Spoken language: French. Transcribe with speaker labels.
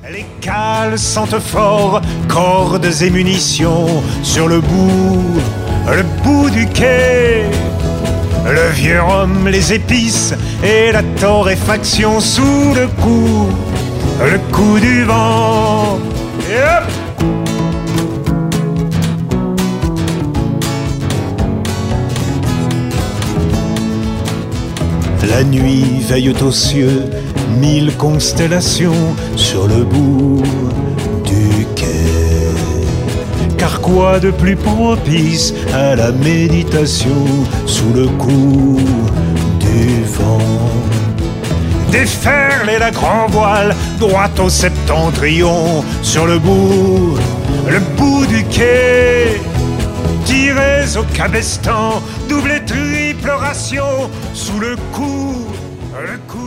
Speaker 1: Les cales sentent fort, cordes et munitions sur le bout du quai. Le vieux rhum, les épices et la torréfaction sous le coup du vent. Et hop! La nuit veille aux cieux, 1000 constellations sur le bout du quai. Car quoi de plus propice à la méditation sous le coup du vent? Déferler la grand voile droit au septentrion sur le bout du quai. Tirez au cabestan, double et triple ration sous le coup